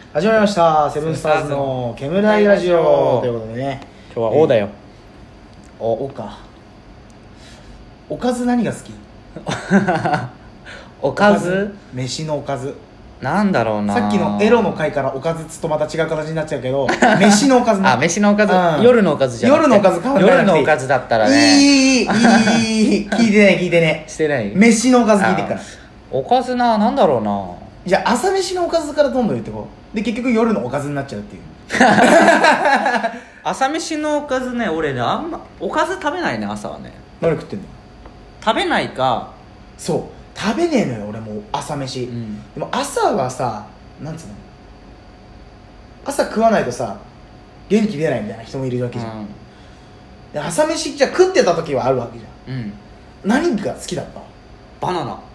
始まりましたセブンスターズの煙台ラジオということでね、 今日はOだよ、 おかおかず何が好き？ おかず飯のおかずなんだろうな。 さっきのエロの回からおかずつとまた違う形になっちゃうけど飯のおかずね。 あ、飯のおかず、 うん夜のおかずじゃなくて夜のおかず考えなくていい。 夜のおかずだったらね、 いい聞いてねしてない飯のおかず聞いてっからおかずなんだろうな。 じゃあ朝飯のおかずからどんどん言ってこうで結局夜のおかずになっちゃうっていう朝飯のおかずね、俺ねあんまおかず食べないね。朝はね何食ってんの？ 食べないか。 そう食べねえのよ俺もう朝飯、でも朝はさなんつうの朝食わないとさ元気出ないみたいな人もいるわけじゃん、で朝飯じゃ食ってた時はあるわけじゃん、何が好きだった？ バナナ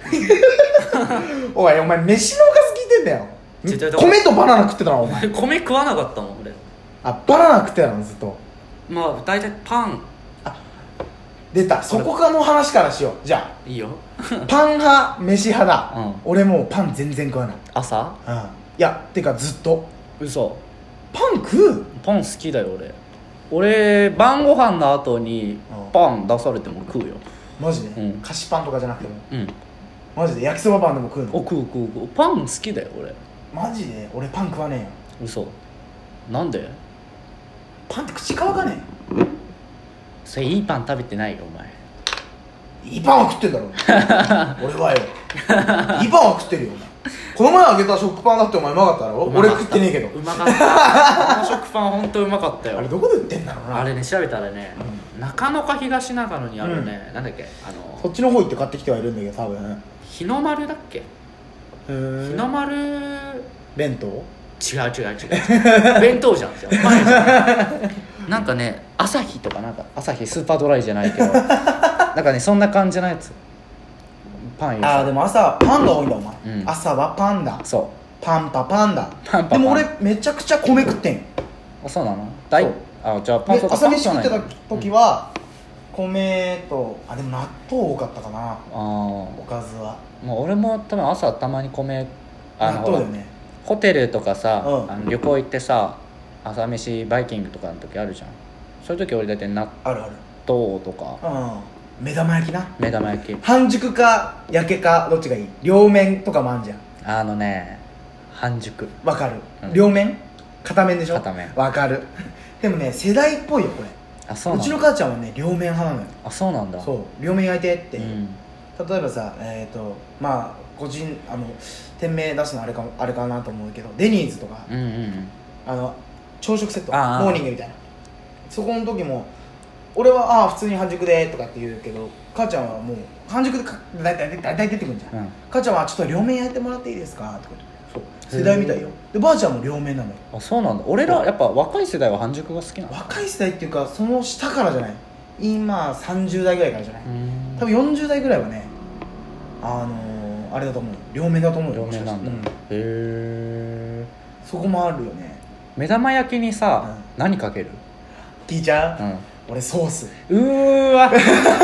お前飯のおかず聞いてんだよ。米とバナナ食ってたのお前米食わなかったもん俺。 バナナ食ってたのずっと。 まあ大体パン。 出たそこの話からしよう。じゃあいいよパン派飯派だ、俺もうパン全然食わない。 朝？ いやてかずっと。 嘘。 パン食う？ パン好きだよ俺晩ご飯の後にパン出されても食うよ。 マジで？菓子パンとかじゃなくても？マジで焼きそばパンでも食うの？ 食うパン好きだよ俺。 マジで？俺パン食わねえよ。 嘘。なんで？ パンって口乾かねそれいいパン食べてないよお前。 いいパンは食ってんだろ俺はよいいパンは食ってるよお前。この前あげた食パンだってお前うまかったろ。俺食ってねえけど。 うまかったあの食パンほんとうまかったよ。 あれどこで売ってんだろうな。 あれね調べたらね、中野か東中野にあるね、なんだっけそっちの方行って買ってきてはいるんだけど多分日の丸だっけ。日の丸弁当？ 違う弁当じゃん前じゃんなんかね朝日とかなんか朝日スーパードライじゃないけどなんかねそんな感じのやつパン。 でも朝パンが多いんだお前、朝はパンだ。 そうパンだ。でも俺めちゃくちゃ米食ってんよ。 あ、そうなの？ じゃあパンとか朝飯食ってた時は、米とでも納豆多かったかな。おかずは俺も多分朝たまに米納豆だよね。 ホテルとかさ、旅行行ってさ朝飯バイキングとかの時あるじゃん。そういう時俺大体納豆とか、 目玉焼きな。 目玉焼き半熟か焼けかどっちがいい？両面とかもあんじゃん。 半熟。 わかる、両面？片面でしょ？ 片面。 わかるでもね世代っぽいよこれ。うちの母ちゃんはね両面派なのよ。 あ、そうなんだ。 そう両面焼いてって、例えばさまあ個人店名出すのあれかなと思うけどデニーズとか、朝食セットモーニングみたいな、そこの時も俺は普通に半熟でとかって言うけど母ちゃんはもう半熟で大体出てくるんじゃん、母ちゃんはちょっと両面焼いてもらっていいですかとかそう世代みたいよ。でばあちゃんも両面なのよ。 あ、そうなんだ。俺らやっぱ若い世代は半熟が好きなの。 若い世代っていうかその下からじゃない、今30代ぐらいからじゃない、多分40代ぐらいはねあれだと思う、両面だと思うよ。 両面なんだ、へえ。 そこもあるよね。 目玉焼きにさ、何かける？ 聞いちゃう？俺ソース。 わ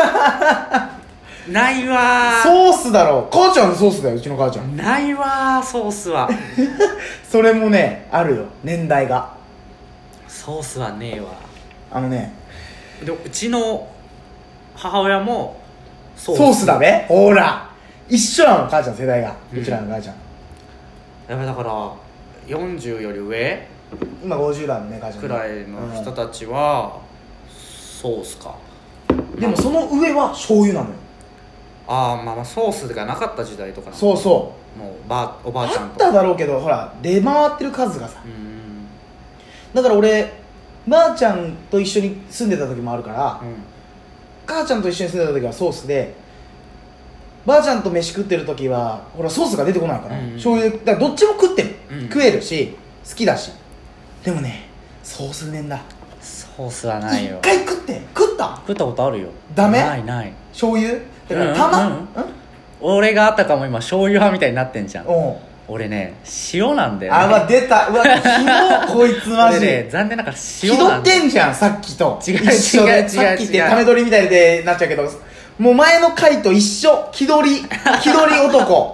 ないわソースだろ。母ちゃんのソースだよ、うちの母ちゃん。 ないわソースはそれもねあるよ、年代が。 ソースはねえわ。 でもうちの母親もソースだべ。ほら一緒なの母ちゃん世代が、うちらの母ちゃん。 やばい、だから40より上今50代のね母ちゃんくらいの人たちはソースか。 でもその上は醤油なのよ。 まあソースがなかった時代とか。 そうもうおばあちゃんとかあっただろうけど、ほら出回ってる数がさ、だから俺ばあちゃんと一緒に住んでた時もあるから、母ちゃんと一緒に住んでた時はソースで、ばあちゃんと飯食ってる時はほらソースが出てこないから、醤油だからどっちも食ってる、食えるし好きだし。でもねソースねんだ。 ソースはないよ。 一回食ったことあるよ。 ダメ？ ない醤油だから俺があったかも。今醤油派みたいになってんじゃん。俺ね塩なんだよね。 出た。ひどこいつマジで、 残念ながら塩なんだよ。 気取ってんじゃんさっきと。 違うさっきってため撮りみたいでなっちゃうけど、もう前の回と一緒。気取り男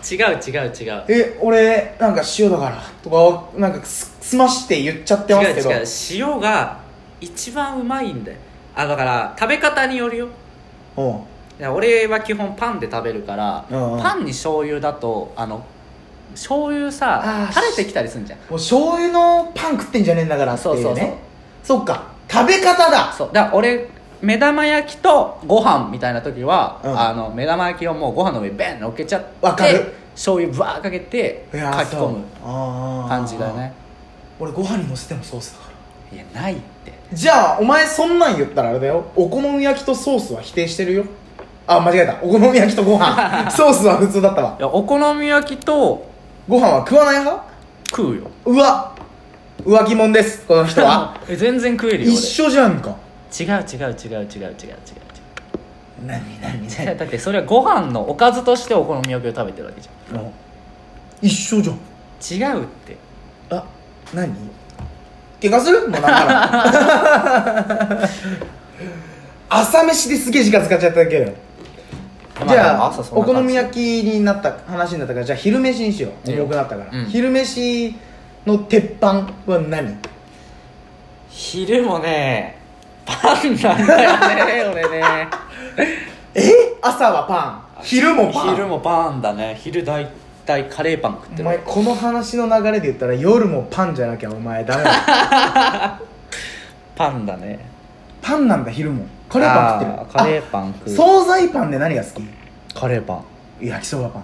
俺なんか塩だからとかなんかすまして言っちゃってますけど、 違う塩が一番うまいんだよ。だから食べ方によるよ。いや俺は基本パンで食べるから、パンに醤油だと醤油さ垂れてきたりするんじゃん。 もう醤油のパン食ってんじゃねえんだからっていうね。そっか、食べ方だ。 そうだから俺目玉焼きとご飯みたいな時は、目玉焼きをもうご飯の上にベン乗っけちゃって、 わかる、 醤油バーかけてかき込む感じだよね。 俺ご飯にのせてもソースだから。 いやないって。 じゃあお前そんなん言ったらあれだよ、お好み焼きとソースは否定してるよ。間違えた、お好み焼きとご飯ソースは普通だったわ。 いやお好み焼きとご飯は食わない派？食うよ。 うわ、浮気者ですこの人は全然食えるよ。 一緒じゃんか。 違う何だってそれはご飯のおかずとしてお好み焼きを食べてるわけじゃん。 一緒じゃん。 違うって。 何怪我する？もうなんなら朝飯ですげえ時間使っちゃっただけよ。じゃあお好み焼きになった話になったから、じゃあ昼飯にしよう。重くなったから、昼飯の鉄板は何？ 昼もねパンなんだよね俺ね朝はパン、昼もパンだね。昼大体カレーパン食ってる。 お前この話の流れで言ったら夜もパンじゃなきゃお前ダメだパンだね。 パンなんだ。昼もカレーパン食ってる。 カレーパン食う。 惣菜パンで何が好き？ カレーパン、 焼きそばパン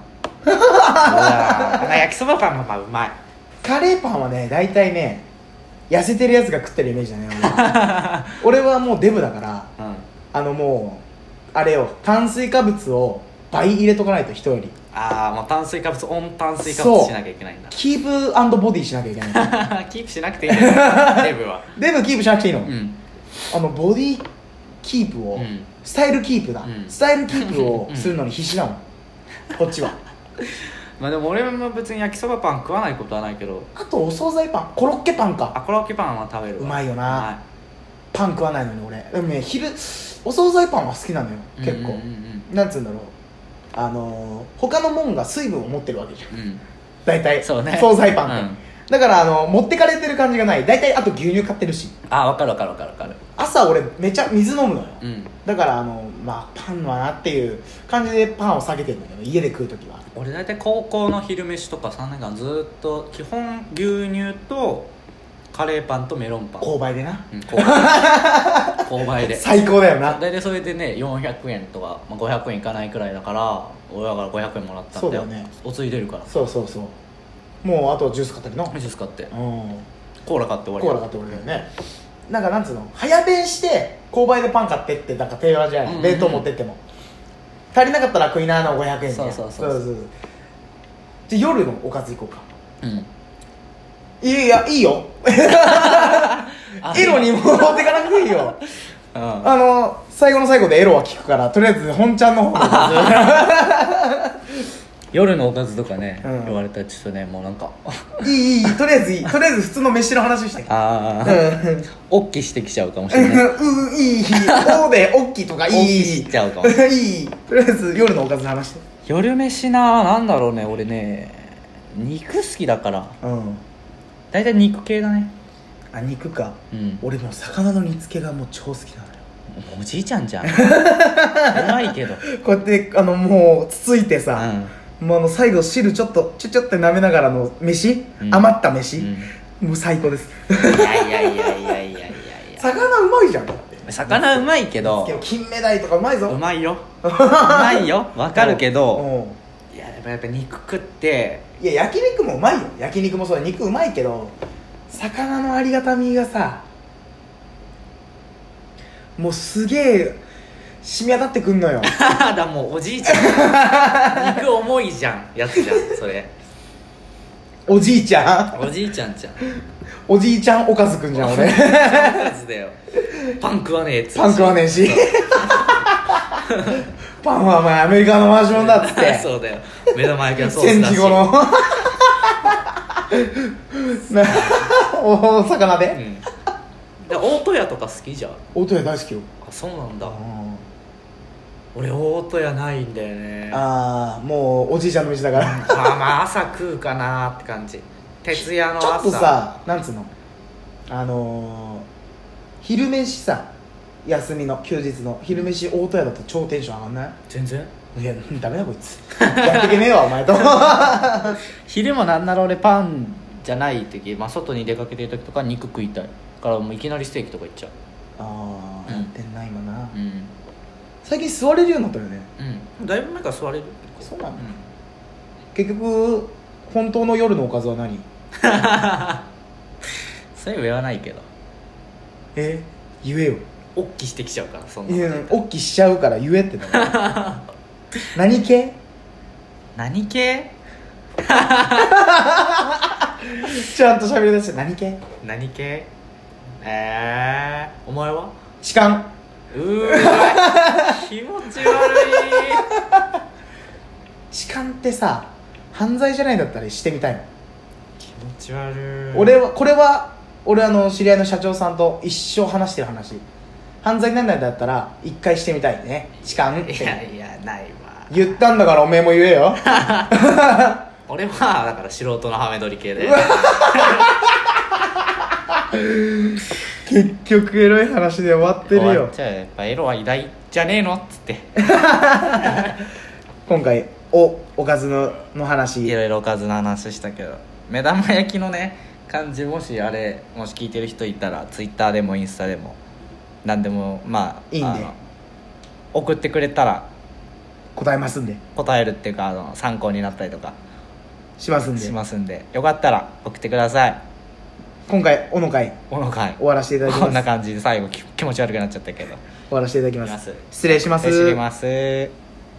焼きそばパンもまあうまい。 カレーパンはね大体ね痩せてるやつが食ってるイメージだね俺はもうデブだから、もうあれよ、炭水化物を倍入れとかないと人より。 もう炭水化物オン炭水化物しなきゃいけないんだ。 キープ&ボディしなきゃいけないキープしなくていいんだよデブは。 デブキープしなくていいの、ボディキープを、スタイルキープだ、スタイルキープをするのに必死なのこっちはまあでも俺も別に焼きそばパン食わないことはないけど。 あとお惣菜パン、コロッケパンか。 コロッケパンは食べるわ。 うまいよな。パン食わないのに俺。でもね、お惣菜パンは好きなのよ結構。なんつうんだろう、他のもんが水分を持ってるわけじゃん、大体そうね、惣菜パンって、だから持ってかれてる感じがない。大体あと牛乳買ってるし。 わかる朝俺めちゃ水飲むのよ、だからパンはなっていう感じでパンを下げてるんだけど、家で食うときは。 俺大体高校の昼飯とか3年間ずっと基本牛乳とカレーパンとメロンパン、 購買でな、 購買で最高だよな。 大体それでね400円とか、500円いかないくらいだから、親から500円もらったんだよ。そうだよね、おついでるから。そうもうあとジュース買ったりの、 ジュース買って、コーラ買って終わり。 コーラ買って終わりだよね。なんかなんつうの、早弁して購買でパン買ってってなんか定番じゃない、弁当持ってっても足りなかったら食いなの500円で。そうじゃあ夜のおかず行こうか。いやいいよエロに持ってかなくていいよ最後の最後でエロは聞くから、とりあえず本ちゃんの方夜のおかずとかね、言われたらちょっとね、もうなんかいいとりあえず普通の飯の話しておっきしてきちゃうかもしれないいいおでおっきとかいいおっきしちゃうかもいい、とりあえず夜のおかずの話して。 夜飯なんだろうね、俺ね肉好きだから、大体肉系だね。 肉か、俺もう魚の煮付けがもう超好きなのよ。 おじいちゃんじゃんうまいけどこうやってもうつついてさ、もう最後汁ちょっとって舐めながらの飯、余った飯、もう最高です。いや魚うまいじゃん。だって魚うまいけど、 金目鯛とかうまいぞ。 うまいようまいよ、わかるけど、いややっぱ肉食って、 いや焼肉もうまいよ。焼肉もそうだ、肉うまいけど、魚のありがたみがさ、もうすげえ染み当たってくんのよだもうおじいちゃん肉重いじゃんやつじゃんそれ。 おじいちゃんおじいちゃんじゃんおじいちゃんおかずくんじゃん俺。おかずだよ。パン食わねえっつって。 パン食わねえしパンはお前アメリカの回し物だっつってそうだよ、目玉焼きはソースだし戦時後のお魚で、 大戸屋とか好きじゃん。 大戸屋大好きよ。 そうなんだ。 俺大戸屋ないんだよね。 ああもうおじいちゃんの店だからまあ朝食うかなって感じ。徹夜の朝ちょっとさなんつうの昼飯さ休みの休日の昼飯大戸屋だと超テンション上がんない？ 全然いやダメだこいつやってけねえわお前と昼もなんなら俺パンじゃない時、まあ、外に出かけてる時とか肉食いたいからもういきなりステーキとか行っちゃう。 ああ、やってんな今な、 うん最近座れるようになったよね。 うんだいぶ前から座れる。 そうなの、結局本当の夜のおかずは何？ それは言わないけど言えよ。 おっきしてきちゃうからそんな。 いやおっきしちゃうから言えってだ何系？ 何系？ ちゃんと喋り出して何系？ 何系？お前は？ 痴漢。 気持ち悪い。 痴漢ってさ犯罪じゃないんだったらしてみたいの？ 気持ち悪い。 これは俺知り合いの社長さんと一生話してる話。犯罪にならないんだったら一回してみたいね痴漢って。 いやいやないわ。 言ったんだからおめえも言えよ。 俺はだから素人のハメ撮り系で。 結局エロい話で終わってるよ。 終わっちゃう。やっぱエロは偉大じゃねえのっつって今回おかずの話いろいろおかずの話したけど、目玉焼きのね感じ、もし聞いてる人いたらツイッターでもインスタでも何でもまあいいんで送ってくれたら答えますんで。 答えるっていうか参考になったりとかしますんでよかったら送ってください。 今回おの会終わらせていただきます。 こんな感じで最後気持ち悪くなっちゃったけど終わらせていただきます。失礼します。 失礼します。